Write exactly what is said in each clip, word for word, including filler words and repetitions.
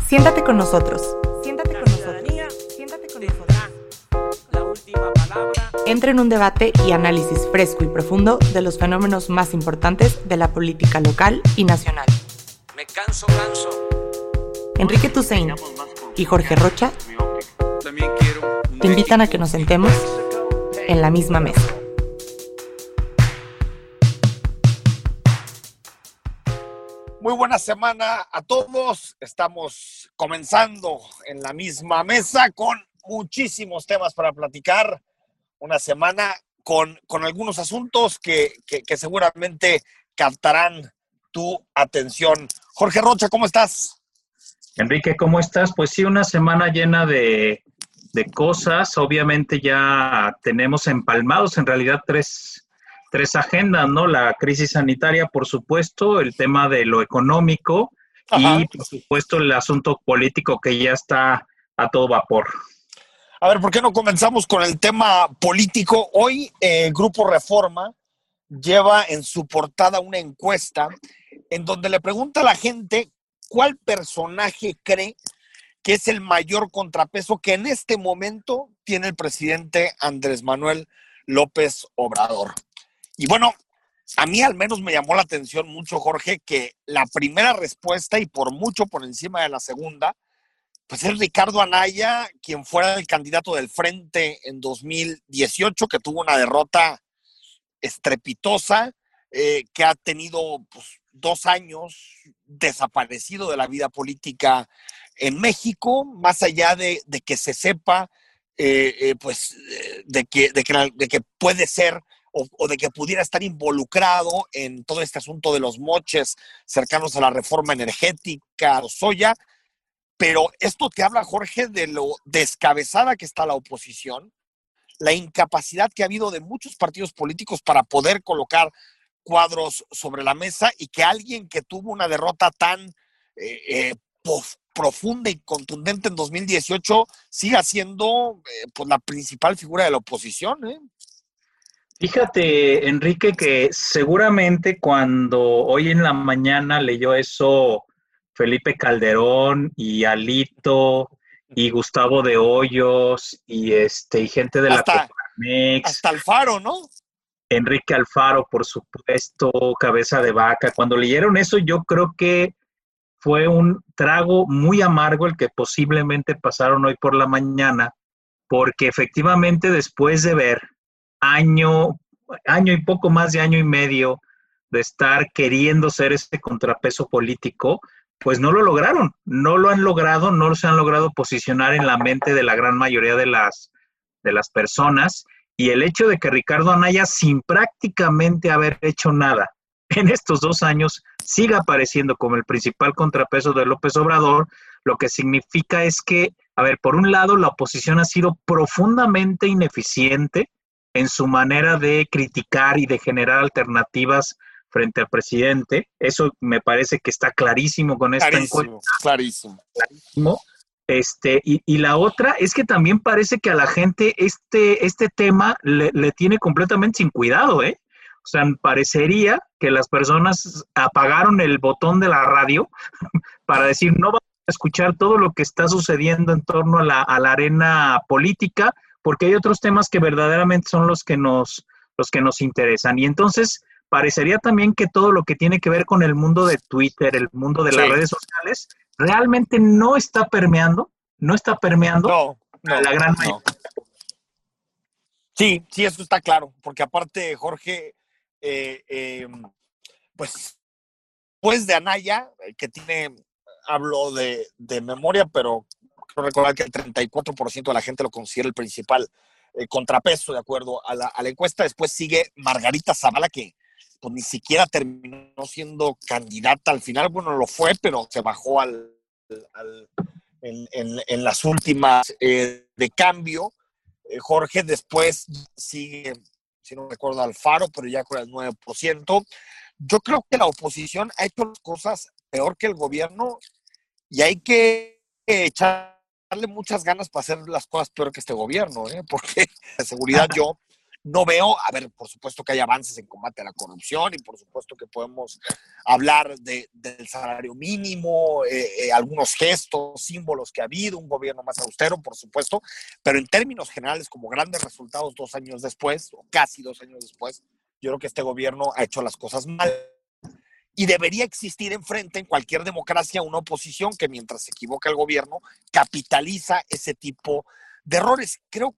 Siéntate con nosotros. Siéntate con nosotros. Siéntate con nosotros. La última palabra. Entra en un debate y análisis fresco y profundo de los fenómenos más importantes de la política local y nacional. Me canso, canso. Enrique Tusain y Jorge Rocha También quiero un te invitan a que nos sentemos en la misma mesa. Muy buena semana a todos. Estamos comenzando en la misma mesa con muchísimos temas para platicar. Una semana con, con algunos asuntos que, que, que seguramente captarán tu atención. Jorge Rocha, ¿cómo estás? Enrique, ¿cómo estás? Pues sí, una semana llena de, de cosas. Obviamente ya tenemos empalmados en realidad tres Tres agendas, ¿no? La crisis sanitaria, por supuesto, el tema de lo económico. Ajá. Y, por supuesto, el asunto político que ya está a todo vapor. A ver, ¿por qué no comenzamos con el tema político? Hoy el eh, Grupo Reforma lleva en su portada una encuesta en donde le pregunta a la gente cuál personaje cree que es el mayor contrapeso que en este momento tiene el presidente Andrés Manuel López Obrador. Y bueno, a mí al menos me llamó la atención mucho, Jorge, que la primera respuesta, y por mucho por encima de la segunda, pues es Ricardo Anaya, quien fuera el candidato del Frente en dos mil dieciocho, que tuvo una derrota estrepitosa, eh, que ha tenido pues, dos años desaparecido de la vida política en México, más allá de, de que se sepa, eh, eh, pues, eh, de, que, de, que, de que puede ser O, o de que pudiera estar involucrado en todo este asunto de los moches cercanos a la reforma energética, Soya, pero esto te habla, Jorge, de lo descabezada que está la oposición, la incapacidad que ha habido de muchos partidos políticos para poder colocar cuadros sobre la mesa y que alguien que tuvo una derrota tan eh, eh, pof, profunda y contundente en dos mil dieciocho siga siendo eh, pues la principal figura de la oposición, ¿eh? Fíjate, Enrique, que seguramente cuando hoy en la mañana leyó eso Felipe Calderón y Alito y Gustavo de Hoyos y este y gente de hasta, la Coparmex, hasta Alfaro, ¿no? Enrique Alfaro, por supuesto, Cabeza de Vaca. Cuando leyeron eso, yo creo que fue un trago muy amargo el que posiblemente pasaron hoy por la mañana, porque efectivamente después de ver año, año y poco más de año y medio de estar queriendo ser este contrapeso político, pues no lo lograron, no lo han logrado, no se han logrado posicionar en la mente de la gran mayoría de las, de las personas, y el hecho de que Ricardo Anaya, sin prácticamente haber hecho nada en estos dos años, siga apareciendo como el principal contrapeso de López Obrador, lo que significa es que, a ver, por un lado, la oposición ha sido profundamente ineficiente en su manera de criticar y de generar alternativas frente al presidente. Eso me parece que está clarísimo con esta clarísimo, encuesta. Clarísimo, clarísimo. Este, y, y la otra es que también parece que a la gente este, este tema le, le tiene completamente sin cuidado, ¿eh? O sea, parecería que las personas apagaron el botón de la radio para decir, no vamos a escuchar todo lo que está sucediendo en torno a la, a la arena política, porque hay otros temas que verdaderamente son los que nos, los que nos interesan. Y entonces parecería también que todo lo que tiene que ver con el mundo de Twitter, el mundo de sí. las redes sociales, realmente no está permeando, no está permeando no, no, a la gran mayoría. No. Sí, sí, eso está claro, porque aparte, Jorge, eh, eh, pues, pues de Anaya, que tiene, hablo de, de memoria, pero quiero recordar que el treinta y cuatro por ciento de la gente lo considera el principal eh, contrapeso, de acuerdo a la, a la encuesta. Después sigue Margarita Zavala, que pues ni siquiera terminó siendo candidata al final. Bueno, lo fue, pero se bajó al, al, en, en, en las últimas eh, de cambio. Eh, Jorge, después sigue, si no recuerdo, Alfaro, pero ya con el nueve por ciento. Yo creo que la oposición ha hecho las cosas peor que el gobierno y hay que echarle muchas ganas para hacer las cosas peor que este gobierno, ¿eh? Porque de seguridad yo No veo, a ver, por supuesto que hay avances en combate a la corrupción y por supuesto que podemos hablar de, del salario mínimo, eh, eh, algunos gestos, símbolos que ha habido, un gobierno más austero, por supuesto, pero en términos generales, como grandes resultados dos años después, o casi dos años después, yo creo que este gobierno ha hecho las cosas mal. Y debería existir enfrente en cualquier democracia una oposición que mientras se equivoca el gobierno, capitaliza ese tipo de errores. Creo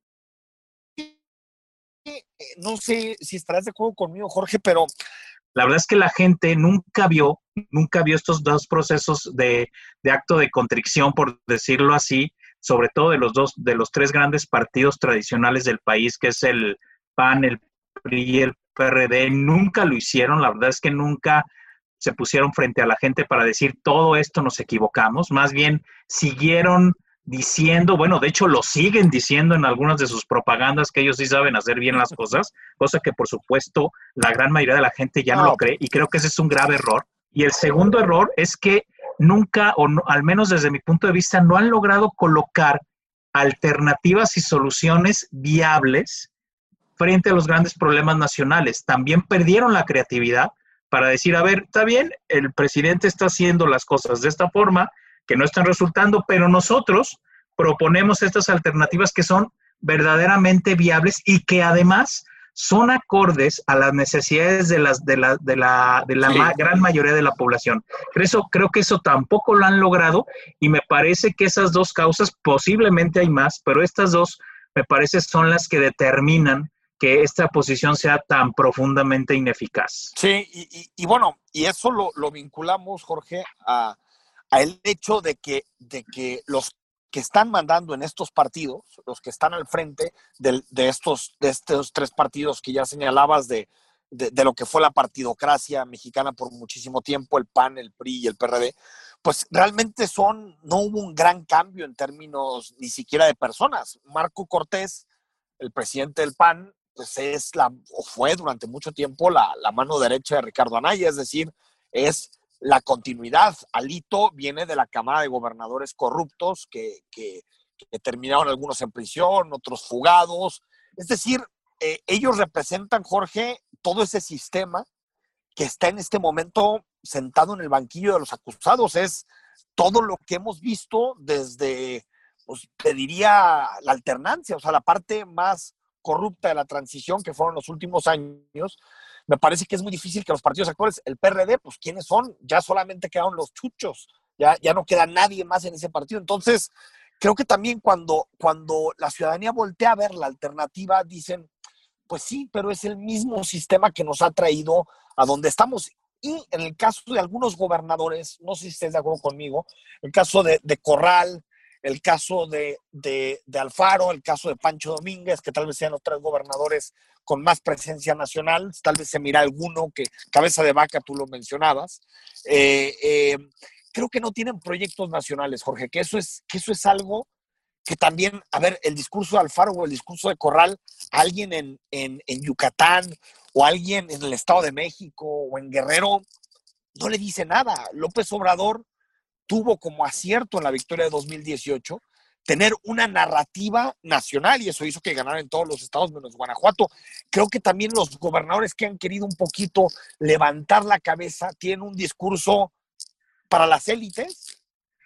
no sé si estarás de acuerdo conmigo, Jorge, pero la verdad es que la gente nunca vio, nunca vio estos dos procesos de, de acto de contrición, por decirlo así, sobre todo de los dos, de los tres grandes partidos tradicionales del país, que es el P A N, el P R I y el P R D. Nunca lo hicieron, la verdad es que nunca se pusieron frente a la gente para decir todo esto nos equivocamos, más bien siguieron diciendo, bueno, de hecho lo siguen diciendo en algunas de sus propagandas que ellos sí saben hacer bien las cosas, cosa que por supuesto la gran mayoría de la gente ya no, no lo cree, y creo que ese es un grave error. Y el segundo error es que nunca, o no, al menos desde mi punto de vista, no han logrado colocar alternativas y soluciones viables frente a los grandes problemas nacionales. También perdieron la creatividad para decir, a ver, está bien, el presidente está haciendo las cosas de esta forma, que no están resultando, pero nosotros proponemos estas alternativas que son verdaderamente viables y que además son acordes a las necesidades de, las, de la, de la, de la sí. ma- gran mayoría de la población. Creo, eso, creo que eso tampoco lo han logrado y me parece que esas dos causas, posiblemente hay más, pero estas dos me parece son las que determinan que esta posición sea tan profundamente ineficaz. Sí, y, y, y bueno, y eso lo, lo vinculamos, Jorge, a... a el hecho de que, de que los que están mandando en estos partidos, los que están al frente de, de, estos, de estos tres partidos que ya señalabas de, de, de lo que fue la partidocracia mexicana por muchísimo tiempo, el P A N, el P R I y el P R D, pues realmente son, no hubo un gran cambio en términos ni siquiera de personas. Marco Cortés, el presidente del P A N, pues es la, o fue durante mucho tiempo la, la mano derecha de Ricardo Anaya, es decir, es la continuidad. Alito viene de la camada de gobernadores corruptos que, que, que terminaron algunos en prisión, otros fugados. Es decir, eh, ellos representan, Jorge, todo ese sistema que está en este momento sentado en el banquillo de los acusados. Es todo lo que hemos visto desde, pues, te diría, la alternancia, o sea, la parte más corrupta de la transición que fueron los últimos años. Me parece que es muy difícil que los partidos actuales, el P R D, pues ¿quiénes son? Ya solamente quedaron los chuchos, ya, ya no queda nadie más en ese partido. Entonces, creo que también cuando, cuando la ciudadanía voltea a ver la alternativa, dicen, pues sí, pero es el mismo sistema que nos ha traído a donde estamos. Y en el caso de algunos gobernadores, no sé si estés de acuerdo conmigo, el caso de, de Corral, el caso de, de, de Alfaro, el caso de Pancho Domínguez, que tal vez sean los tres gobernadores con más presencia nacional, tal vez se mira alguno que, cabeza de vaca, tú lo mencionabas. Eh, eh, creo que no tienen proyectos nacionales, Jorge, que eso es, que eso es algo que también, a ver, el discurso de Alfaro o el discurso de Corral, alguien en, en, en Yucatán o alguien en el Estado de México o en Guerrero, no le dice nada. López Obrador tuvo como acierto en la victoria de dos mil dieciocho tener una narrativa nacional y eso hizo que ganaran en todos los estados menos Guanajuato. Creo que también los gobernadores que han querido un poquito levantar la cabeza tienen un discurso para las élites,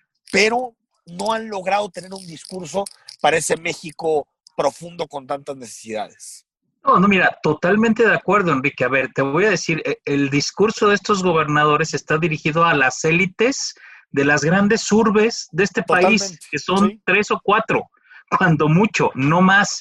pero no han logrado tener un discurso para ese México profundo con tantas necesidades. No, no, mira, totalmente de acuerdo, Enrique. A ver, te voy a decir, el discurso de estos gobernadores está dirigido a las élites de las grandes urbes de este Totalmente. país, que son sí. tres o cuatro, cuando mucho, no más.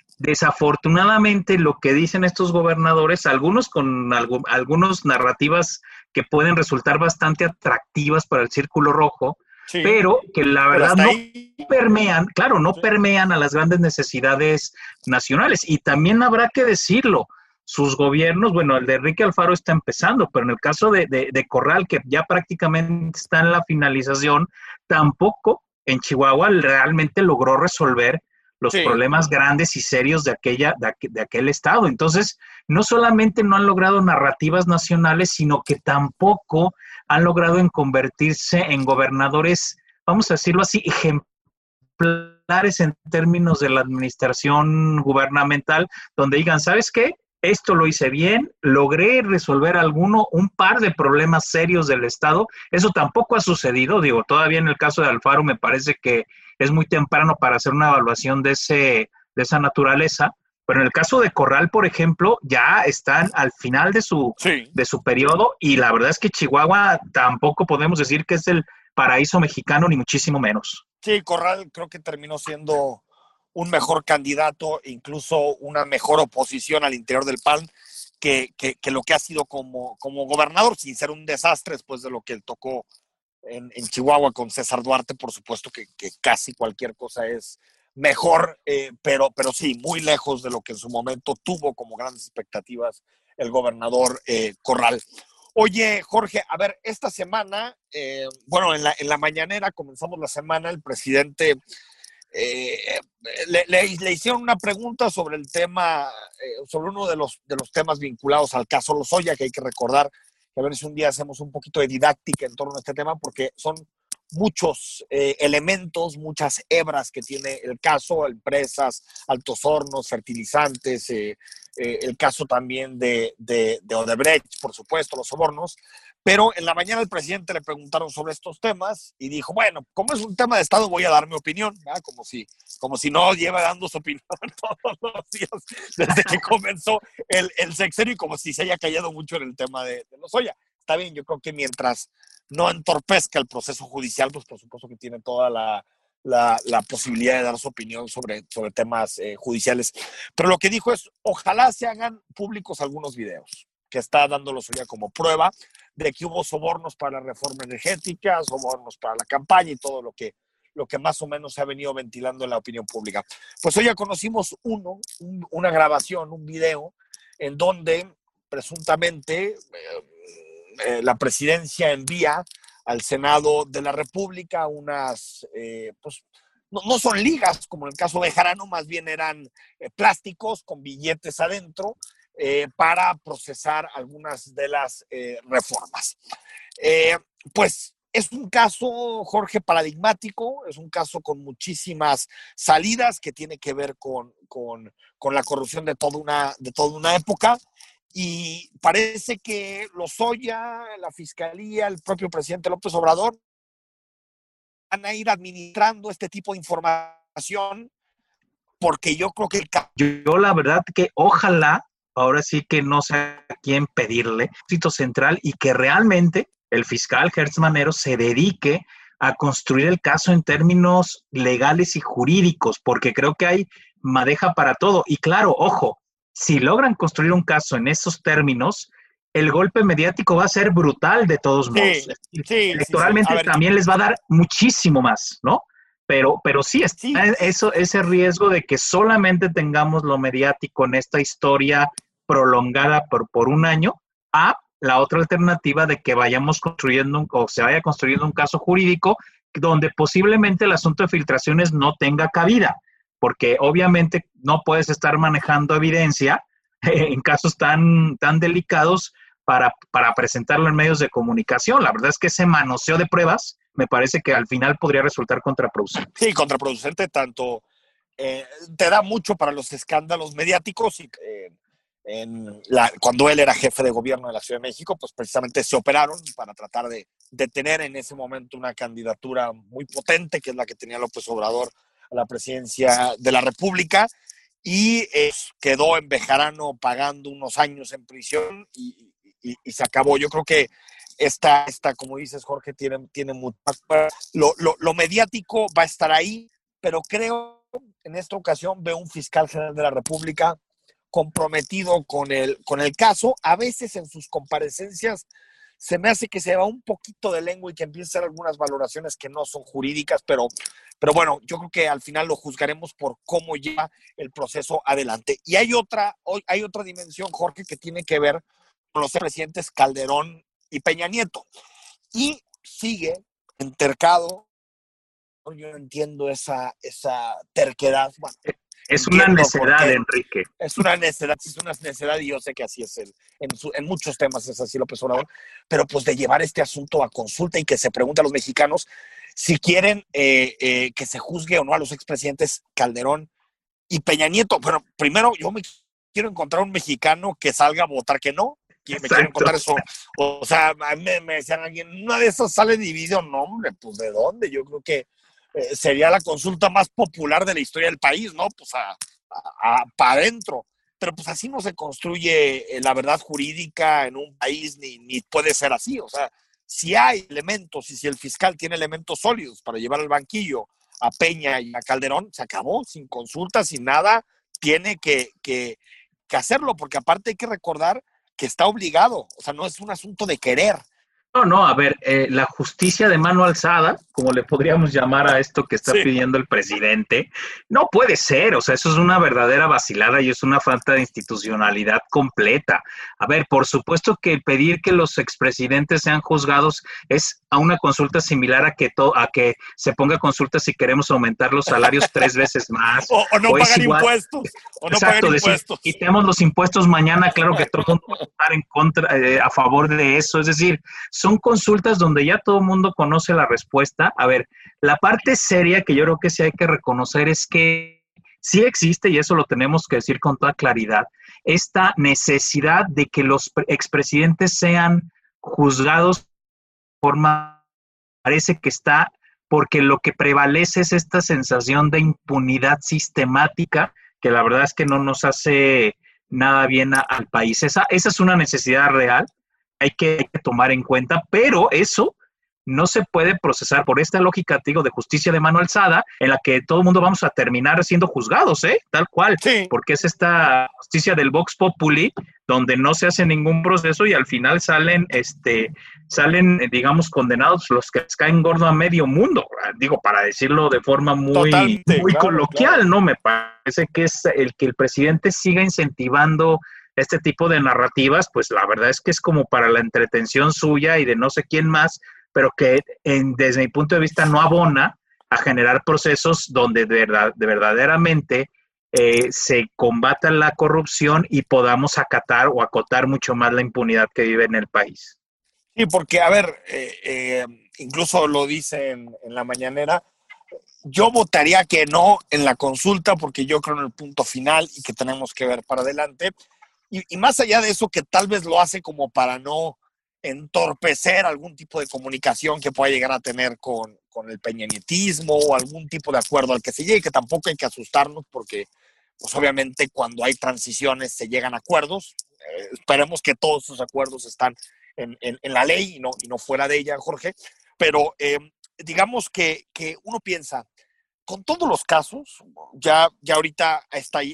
Desafortunadamente, lo que dicen estos gobernadores, algunos con algo, algunas narrativas que pueden resultar bastante atractivas para el Círculo Rojo, sí. pero que la verdad no ahí... permean, claro, no sí. permean a las grandes necesidades nacionales. Y también habrá que decirlo, sus gobiernos, bueno, el de Enrique Alfaro está empezando, pero en el caso de, de, de Corral, que ya prácticamente está en la finalización, tampoco en Chihuahua realmente logró resolver los sí. problemas grandes y serios de, aquella, de, aqu- de aquel estado. Entonces, no solamente no han logrado narrativas nacionales, sino que tampoco han logrado en convertirse en gobernadores, vamos a decirlo así, ejemplares ejemplares en términos de la administración gubernamental, donde digan, ¿sabes qué? Esto lo hice bien, logré resolver alguno, un par de problemas serios del Estado. Eso tampoco ha sucedido. Digo, todavía en el caso de Alfaro me parece que es muy temprano para hacer una evaluación de, ese, de esa naturaleza. Pero en el caso de Corral, por ejemplo, ya están al final de su, Sí. de su periodo y la verdad es que Chihuahua tampoco podemos decir que es el paraíso mexicano, ni muchísimo menos. Sí, Corral creo que terminó siendo un mejor candidato, incluso una mejor oposición al interior del P A N que, que, que lo que ha sido como, como gobernador, sin ser un desastre después de lo que él tocó en, en Chihuahua con César Duarte. Por supuesto que, que casi cualquier cosa es mejor, eh, pero, pero sí, muy lejos de lo que en su momento tuvo como grandes expectativas el gobernador eh, Corral. Oye, Jorge, a ver, esta semana, eh, bueno, en la, en la mañanera comenzamos la semana, el presidente eh, le, le, le hicieron una pregunta sobre el tema, eh, sobre uno de los, de los temas vinculados al caso Lozoya, que hay que recordar, que a ver si un día hacemos un poquito de didáctica en torno a este tema, porque son muchos eh, elementos, muchas hebras que tiene el caso, empresas, altos hornos, fertilizantes, eh, eh, el caso también de, de, de Odebrecht, por supuesto, los sobornos. Pero en la mañana el presidente le preguntaron sobre estos temas y dijo, bueno, como es un tema de Estado, voy a dar mi opinión, ¿verdad? Como si, como si no lleva dando su opinión todos los días desde que comenzó el, el sexenio y como si se haya callado mucho en el tema de, de Lozoya. Está bien, yo creo que mientras no entorpezca el proceso judicial, pues por supuesto que tiene toda la, la, la posibilidad de dar su opinión sobre, sobre temas eh, judiciales. Pero lo que dijo es, ojalá se hagan públicos algunos videos que está dando Lozoya como prueba de que hubo sobornos para la reforma energética, sobornos para la campaña y todo lo que, lo que más o menos se ha venido ventilando en la opinión pública. Pues hoy ya conocimos uno, un, una grabación, un video, en donde presuntamente eh, eh, la presidencia envía al Senado de la República unas, eh, pues, no, no son ligas, como en el caso de Jarano, más bien eran eh, plásticos con billetes adentro, Eh, para procesar algunas de las eh, reformas. Eh, pues es un caso, Jorge, paradigmático, es un caso con muchísimas salidas que tiene que ver con, con, con la corrupción de toda, una, de toda una época y parece que Lozoya, la Fiscalía, el propio presidente López Obrador van a ir administrando este tipo de información porque yo creo que el caso... Yo, yo la verdad que ojalá ahora sí que no sé a quién pedirle, sitio central y que realmente el fiscal Gertz Manero se dedique a construir el caso en términos legales y jurídicos, porque creo que hay madeja para todo. Y claro, ojo, si logran construir un caso en esos términos, el golpe mediático va a ser brutal de todos modos. Sí, sí, electoralmente sí, sí. Ver, también les va a dar muchísimo más, ¿no? Pero, pero sí está sí. Eso, ese riesgo de que solamente tengamos lo mediático en esta historia prolongada por, por un año, a la otra alternativa de que vayamos construyendo un, o se vaya construyendo un caso jurídico donde posiblemente el asunto de filtraciones no tenga cabida, porque obviamente no puedes estar manejando evidencia eh, en casos tan, tan delicados para, para presentarlo en medios de comunicación. La verdad es que ese manoseo de pruebas me parece que al final podría resultar contraproducente. Sí, contraproducente, tanto eh, te da mucho para los escándalos mediáticos y eh, en la, cuando él era jefe de gobierno de la Ciudad de México, pues precisamente se operaron para tratar de, de tener en ese momento una candidatura muy potente, que es la que tenía López Obrador a la presidencia de la República, y eh, quedó en Bejarano pagando unos años en prisión y, y, y se acabó. Yo creo que esta, esta como dices, Jorge, tiene, tiene mucho lo, lo, lo mediático va a estar ahí, pero creo en esta ocasión veo un fiscal general de la República comprometido con el, con el caso. A veces en sus comparecencias se me hace que se va un poquito de lengua y que empieza a hacer algunas valoraciones que no son jurídicas, pero, pero bueno, yo creo que al final lo juzgaremos por cómo lleva el proceso adelante. Y hay otra, hay otra dimensión, Jorge, que tiene que ver con los presidentes Calderón y Peña Nieto. Y sigue entercado, yo no entiendo esa, esa terquedad. Bueno, es una necedad, Enrique. Es una necedad, es una necedad y yo sé que así es él. En, su, en muchos temas es así López Obrador, pero pues de llevar este asunto a consulta y que se pregunte a los mexicanos, si quieren eh, eh, que se juzgue o no a los expresidentes Calderón y Peña Nieto. Pero primero yo me quiero encontrar un mexicano que salga a votar que no. Que me quiero encontrar eso. O sea, a mí me, me decían alguien, una de esas sale dividido. No, hombre, pues ¿de dónde? Yo creo que eh, sería la consulta más popular de la historia del país, ¿no? Pues a, a, a para adentro. Pero pues así no se construye la verdad jurídica en un país, ni, ni puede ser así. O sea, si hay elementos y si el fiscal tiene elementos sólidos para llevar al banquillo a Peña y a Calderón, se acabó, sin consulta, sin nada, tiene que, que, que hacerlo, porque aparte hay que recordar que está obligado, o sea, no es un asunto de querer. No, no, a ver, eh, la justicia de mano alzada, como le podríamos llamar a esto que está sí. pidiendo el presidente, no puede ser, o sea, eso es una verdadera vacilada y es una falta de institucionalidad completa. A ver, por supuesto que pedir que los expresidentes sean juzgados es a una consulta similar a que, to, a que se ponga consulta si queremos aumentar los salarios tres veces más. O, o no o pagar impuestos. O no Exacto, pagar decir, impuestos. Quitemos los impuestos mañana, claro que todo el mundo va a estar en contra, eh, a favor de eso, es decir, son consultas donde ya todo el mundo conoce la respuesta. A ver, la parte seria que yo creo que sí hay que reconocer es que sí existe, y eso lo tenemos que decir con toda claridad, esta necesidad de que los expresidentes sean juzgados de forma, parece que está, porque lo que prevalece es esta sensación de impunidad sistemática, que la verdad es que no nos hace nada bien a, al país. Esa, esa es una necesidad real. Hay que, hay que tomar en cuenta, pero eso no se puede procesar por esta lógica, te digo, de justicia de mano alzada, en la que todo el mundo vamos a terminar siendo juzgados, ¿eh? Tal cual, sí. Porque es esta justicia del Vox Populi, donde no se hace ningún proceso y al final salen, este, salen, digamos, condenados los que les caen gordo a medio mundo, digo, para decirlo de forma muy, muy claro, coloquial, claro. ¿no? Me parece que es el que el presidente siga incentivando este tipo de narrativas, pues la verdad es que es como para la entretención suya y de no sé quién más, pero que en, desde mi punto de vista no abona a generar procesos donde de, verdad, de verdaderamente eh, se combata la corrupción y podamos acatar o acotar mucho más la impunidad que vive en el país. Sí, porque, a ver, eh, eh, incluso lo dice en, en la mañanera, yo votaría que no en la consulta porque yo creo en el punto final y que tenemos que ver para adelante. Y, y más allá de eso, que tal vez lo hace como para no entorpecer algún tipo de comunicación que pueda llegar a tener con, con el peñanietismo o algún tipo de acuerdo al que se llegue, que tampoco hay que asustarnos porque, pues obviamente cuando hay transiciones se llegan a acuerdos. Eh, esperemos que todos esos acuerdos están en, en, en la ley y no, y no fuera de ella, Jorge. Pero eh, digamos que, que uno piensa, con todos los casos, ya, ya ahorita está ahí,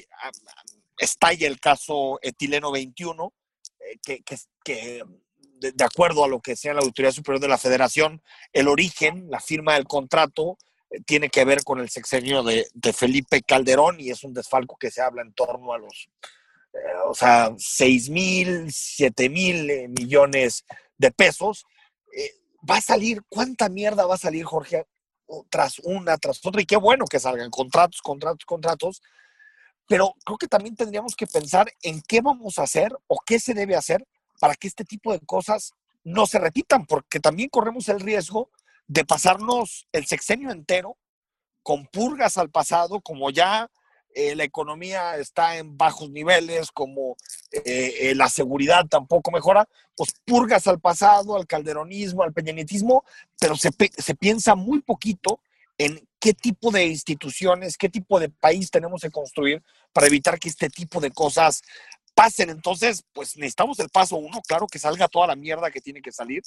estalla el caso Etileno veintiuno, eh, que, que, que de, de acuerdo a lo que sea la Auditoría Superior de la Federación, el origen, la firma del contrato, eh, tiene que ver con el sexenio de, de Felipe Calderón y es un desfalco que se habla en torno a los, eh, o sea, seis mil, siete mil eh, millones de pesos. Eh, va a salir, ¿cuánta mierda va a salir, Jorge? Tras una, tras otra, y qué bueno que salgan contratos, contratos, contratos. Pero creo que también tendríamos que pensar en qué vamos a hacer o qué se debe hacer para que este tipo de cosas no se repitan, porque también corremos el riesgo de pasarnos el sexenio entero con purgas al pasado, como ya eh, la economía está en bajos niveles, como eh, eh, la seguridad tampoco mejora, pues purgas al pasado, al calderonismo, al peñanietismo, pero se, se piensa muy poquito en qué tipo de instituciones, qué tipo de país tenemos que construir para evitar que este tipo de cosas pasen. Entonces, pues necesitamos el paso uno, claro, que salga toda la mierda que tiene que salir,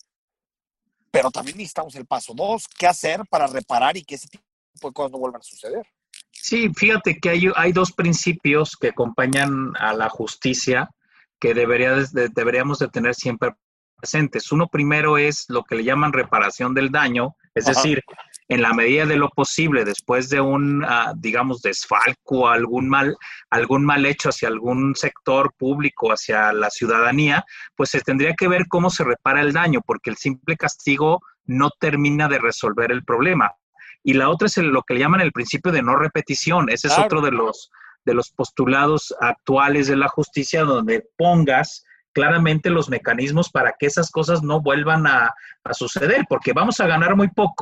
pero también necesitamos el paso dos, qué hacer para reparar y que ese tipo de cosas no vuelvan a suceder. Sí, fíjate que hay, hay dos principios que acompañan a la justicia que debería de, deberíamos de tener siempre presentes. Uno primero es lo que le llaman reparación del daño, es Ajá. decir, en la medida de lo posible, después de un, uh, digamos, desfalco, algún mal, algún mal hecho hacia algún sector público, hacia la ciudadanía, pues se tendría que ver cómo se repara el daño, porque el simple castigo no termina de resolver el problema. Y la otra es el, lo que le llaman el principio de no repetición. Ese claro. es otro de los, de los postulados actuales de la justicia, donde pongas claramente los mecanismos para que esas cosas no vuelvan a, a suceder, porque vamos a ganar muy poco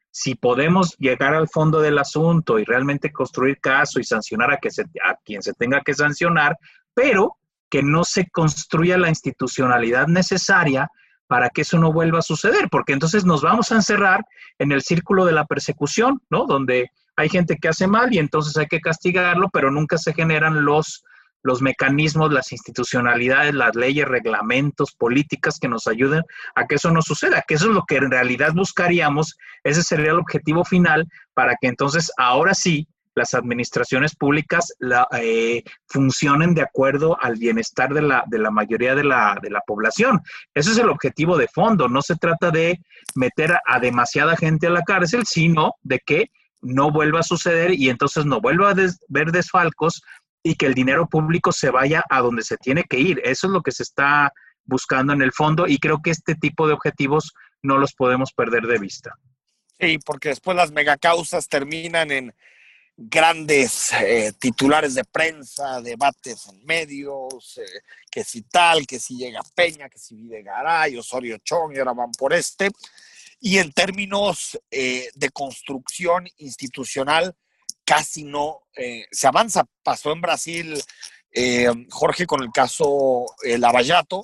si podemos llegar al fondo del asunto y realmente construir caso y sancionar a, que se, a quien se tenga que sancionar, pero que no se construya la institucionalidad necesaria para que eso no vuelva a suceder, porque entonces nos vamos a encerrar en el círculo de la persecución, ¿no? Donde hay gente que hace mal y entonces hay que castigarlo, pero nunca se generan los, los mecanismos, las institucionalidades, las leyes, reglamentos, políticas que nos ayuden a que eso no suceda, que eso es lo que en realidad buscaríamos, ese sería el objetivo final, para que entonces ahora sí las administraciones públicas la, eh, funcionen de acuerdo al bienestar de la, de la mayoría de la, de la población. Ese es el objetivo de fondo. No se trata de meter a, a demasiada gente a la cárcel, sino de que no vuelva a suceder y entonces no vuelva a des, ver desfalcos y que el dinero público se vaya a donde se tiene que ir. Eso es lo que se está buscando en el fondo y creo que este tipo de objetivos no los podemos perder de vista. Sí, porque después las megacausas terminan en grandes eh, titulares de prensa, debates en medios, eh, que si tal, que si llega Peña, que si Videgaray, Osorio Chong, y ahora van por este. Y en términos eh, de construcción institucional, casi no eh, se avanza. Pasó en Brasil, eh, Jorge, con el caso eh, Lavallato,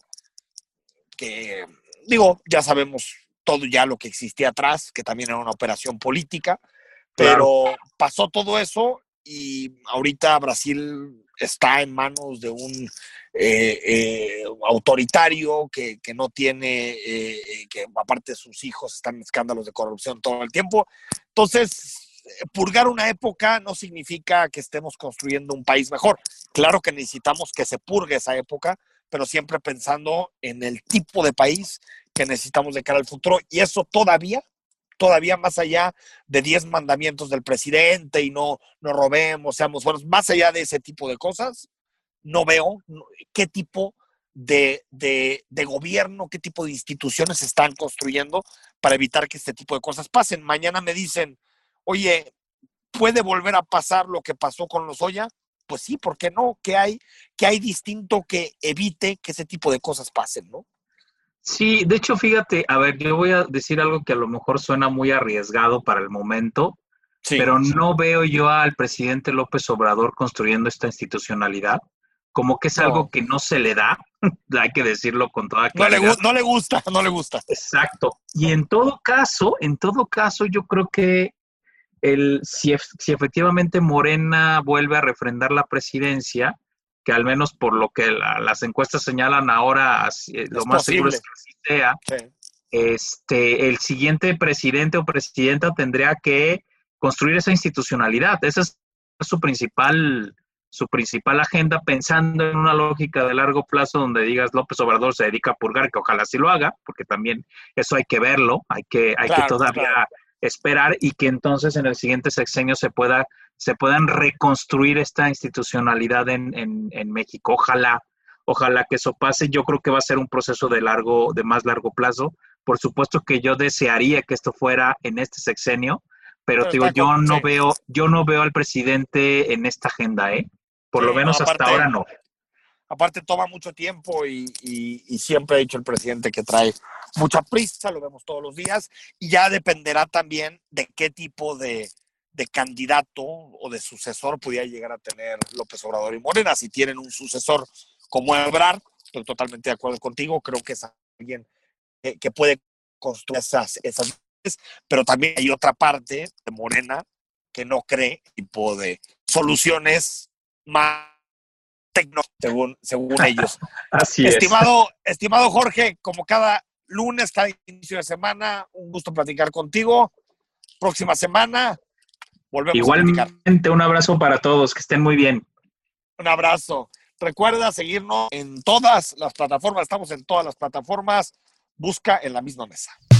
que, digo, ya sabemos todo ya lo que existía atrás, que también era una operación política, pero claro, pasó todo eso y ahorita Brasil está en manos de un eh, eh, autoritario que, que no tiene, eh, que aparte sus hijos están en escándalos de corrupción todo el tiempo. Entonces, purgar una época no significa que estemos construyendo un país mejor. Claro que necesitamos que se purgue esa época, pero siempre pensando en el tipo de país que necesitamos de cara al futuro, y eso todavía todavía más allá de diez mandamientos del presidente y no, no robemos, seamos buenos, más allá de ese tipo de cosas, no veo qué tipo de, de, de gobierno, qué tipo de instituciones se están construyendo para evitar que este tipo de cosas pasen. Mañana me dicen, oye, ¿puede volver a pasar lo que pasó con Lozoya? Pues sí, ¿por qué no? ¿Qué hay, qué hay distinto que evite que ese tipo de cosas pasen, no? Sí, de hecho, fíjate, a ver, yo voy a decir algo que a lo mejor suena muy arriesgado para el momento, sí, pero no veo yo al presidente López Obrador construyendo esta institucionalidad, como que es no. algo que no se le da, hay que decirlo con toda claridad. No le, no le gusta, no le gusta. Exacto. Y en todo caso, en todo caso, yo creo que el, si, si efectivamente Morena vuelve a refrendar la presidencia, que al menos por lo que la, las encuestas señalan ahora, eh, lo más seguro es que así sea, sí. este, el siguiente presidente o presidenta tendría que construir esa institucionalidad. Esa es su principal, su principal agenda, pensando en una lógica de largo plazo donde digas López Obrador se dedica a purgar, que ojalá sí lo haga, porque también eso hay que verlo, hay que, hay claro, que todavía claro. esperar y que entonces en el siguiente sexenio se pueda se puedan reconstruir esta institucionalidad en, en, en México. Ojalá, ojalá que eso pase. Yo creo que va a ser un proceso de largo, de más largo plazo. Por supuesto que yo desearía que esto fuera en este sexenio, pero, pero digo, yo con, no sí. veo, yo no veo al presidente en esta agenda, ¿eh? Por sí, lo menos no, aparte, hasta ahora no. Aparte toma mucho tiempo y, y, y siempre ha dicho el presidente que trae mucha prisa, lo vemos todos los días, y ya dependerá también de qué tipo de de candidato o de sucesor pudiera llegar a tener López Obrador y Morena. Si tienen un sucesor como Ebrard, estoy totalmente de acuerdo contigo, creo que es alguien que, que puede construir esas, esas, pero también hay otra parte de Morena que no cree tipo de soluciones más tecnológicas, según, según ellos. Así estimado, es. Estimado Jorge, como cada lunes, cada inicio de semana, un gusto platicar contigo. Próxima semana volvemos Igualmente, a platicar. Un abrazo para todos, que estén muy bien. Un abrazo. Recuerda seguirnos en todas las plataformas, estamos en todas las plataformas. Busca En la Misma Mesa.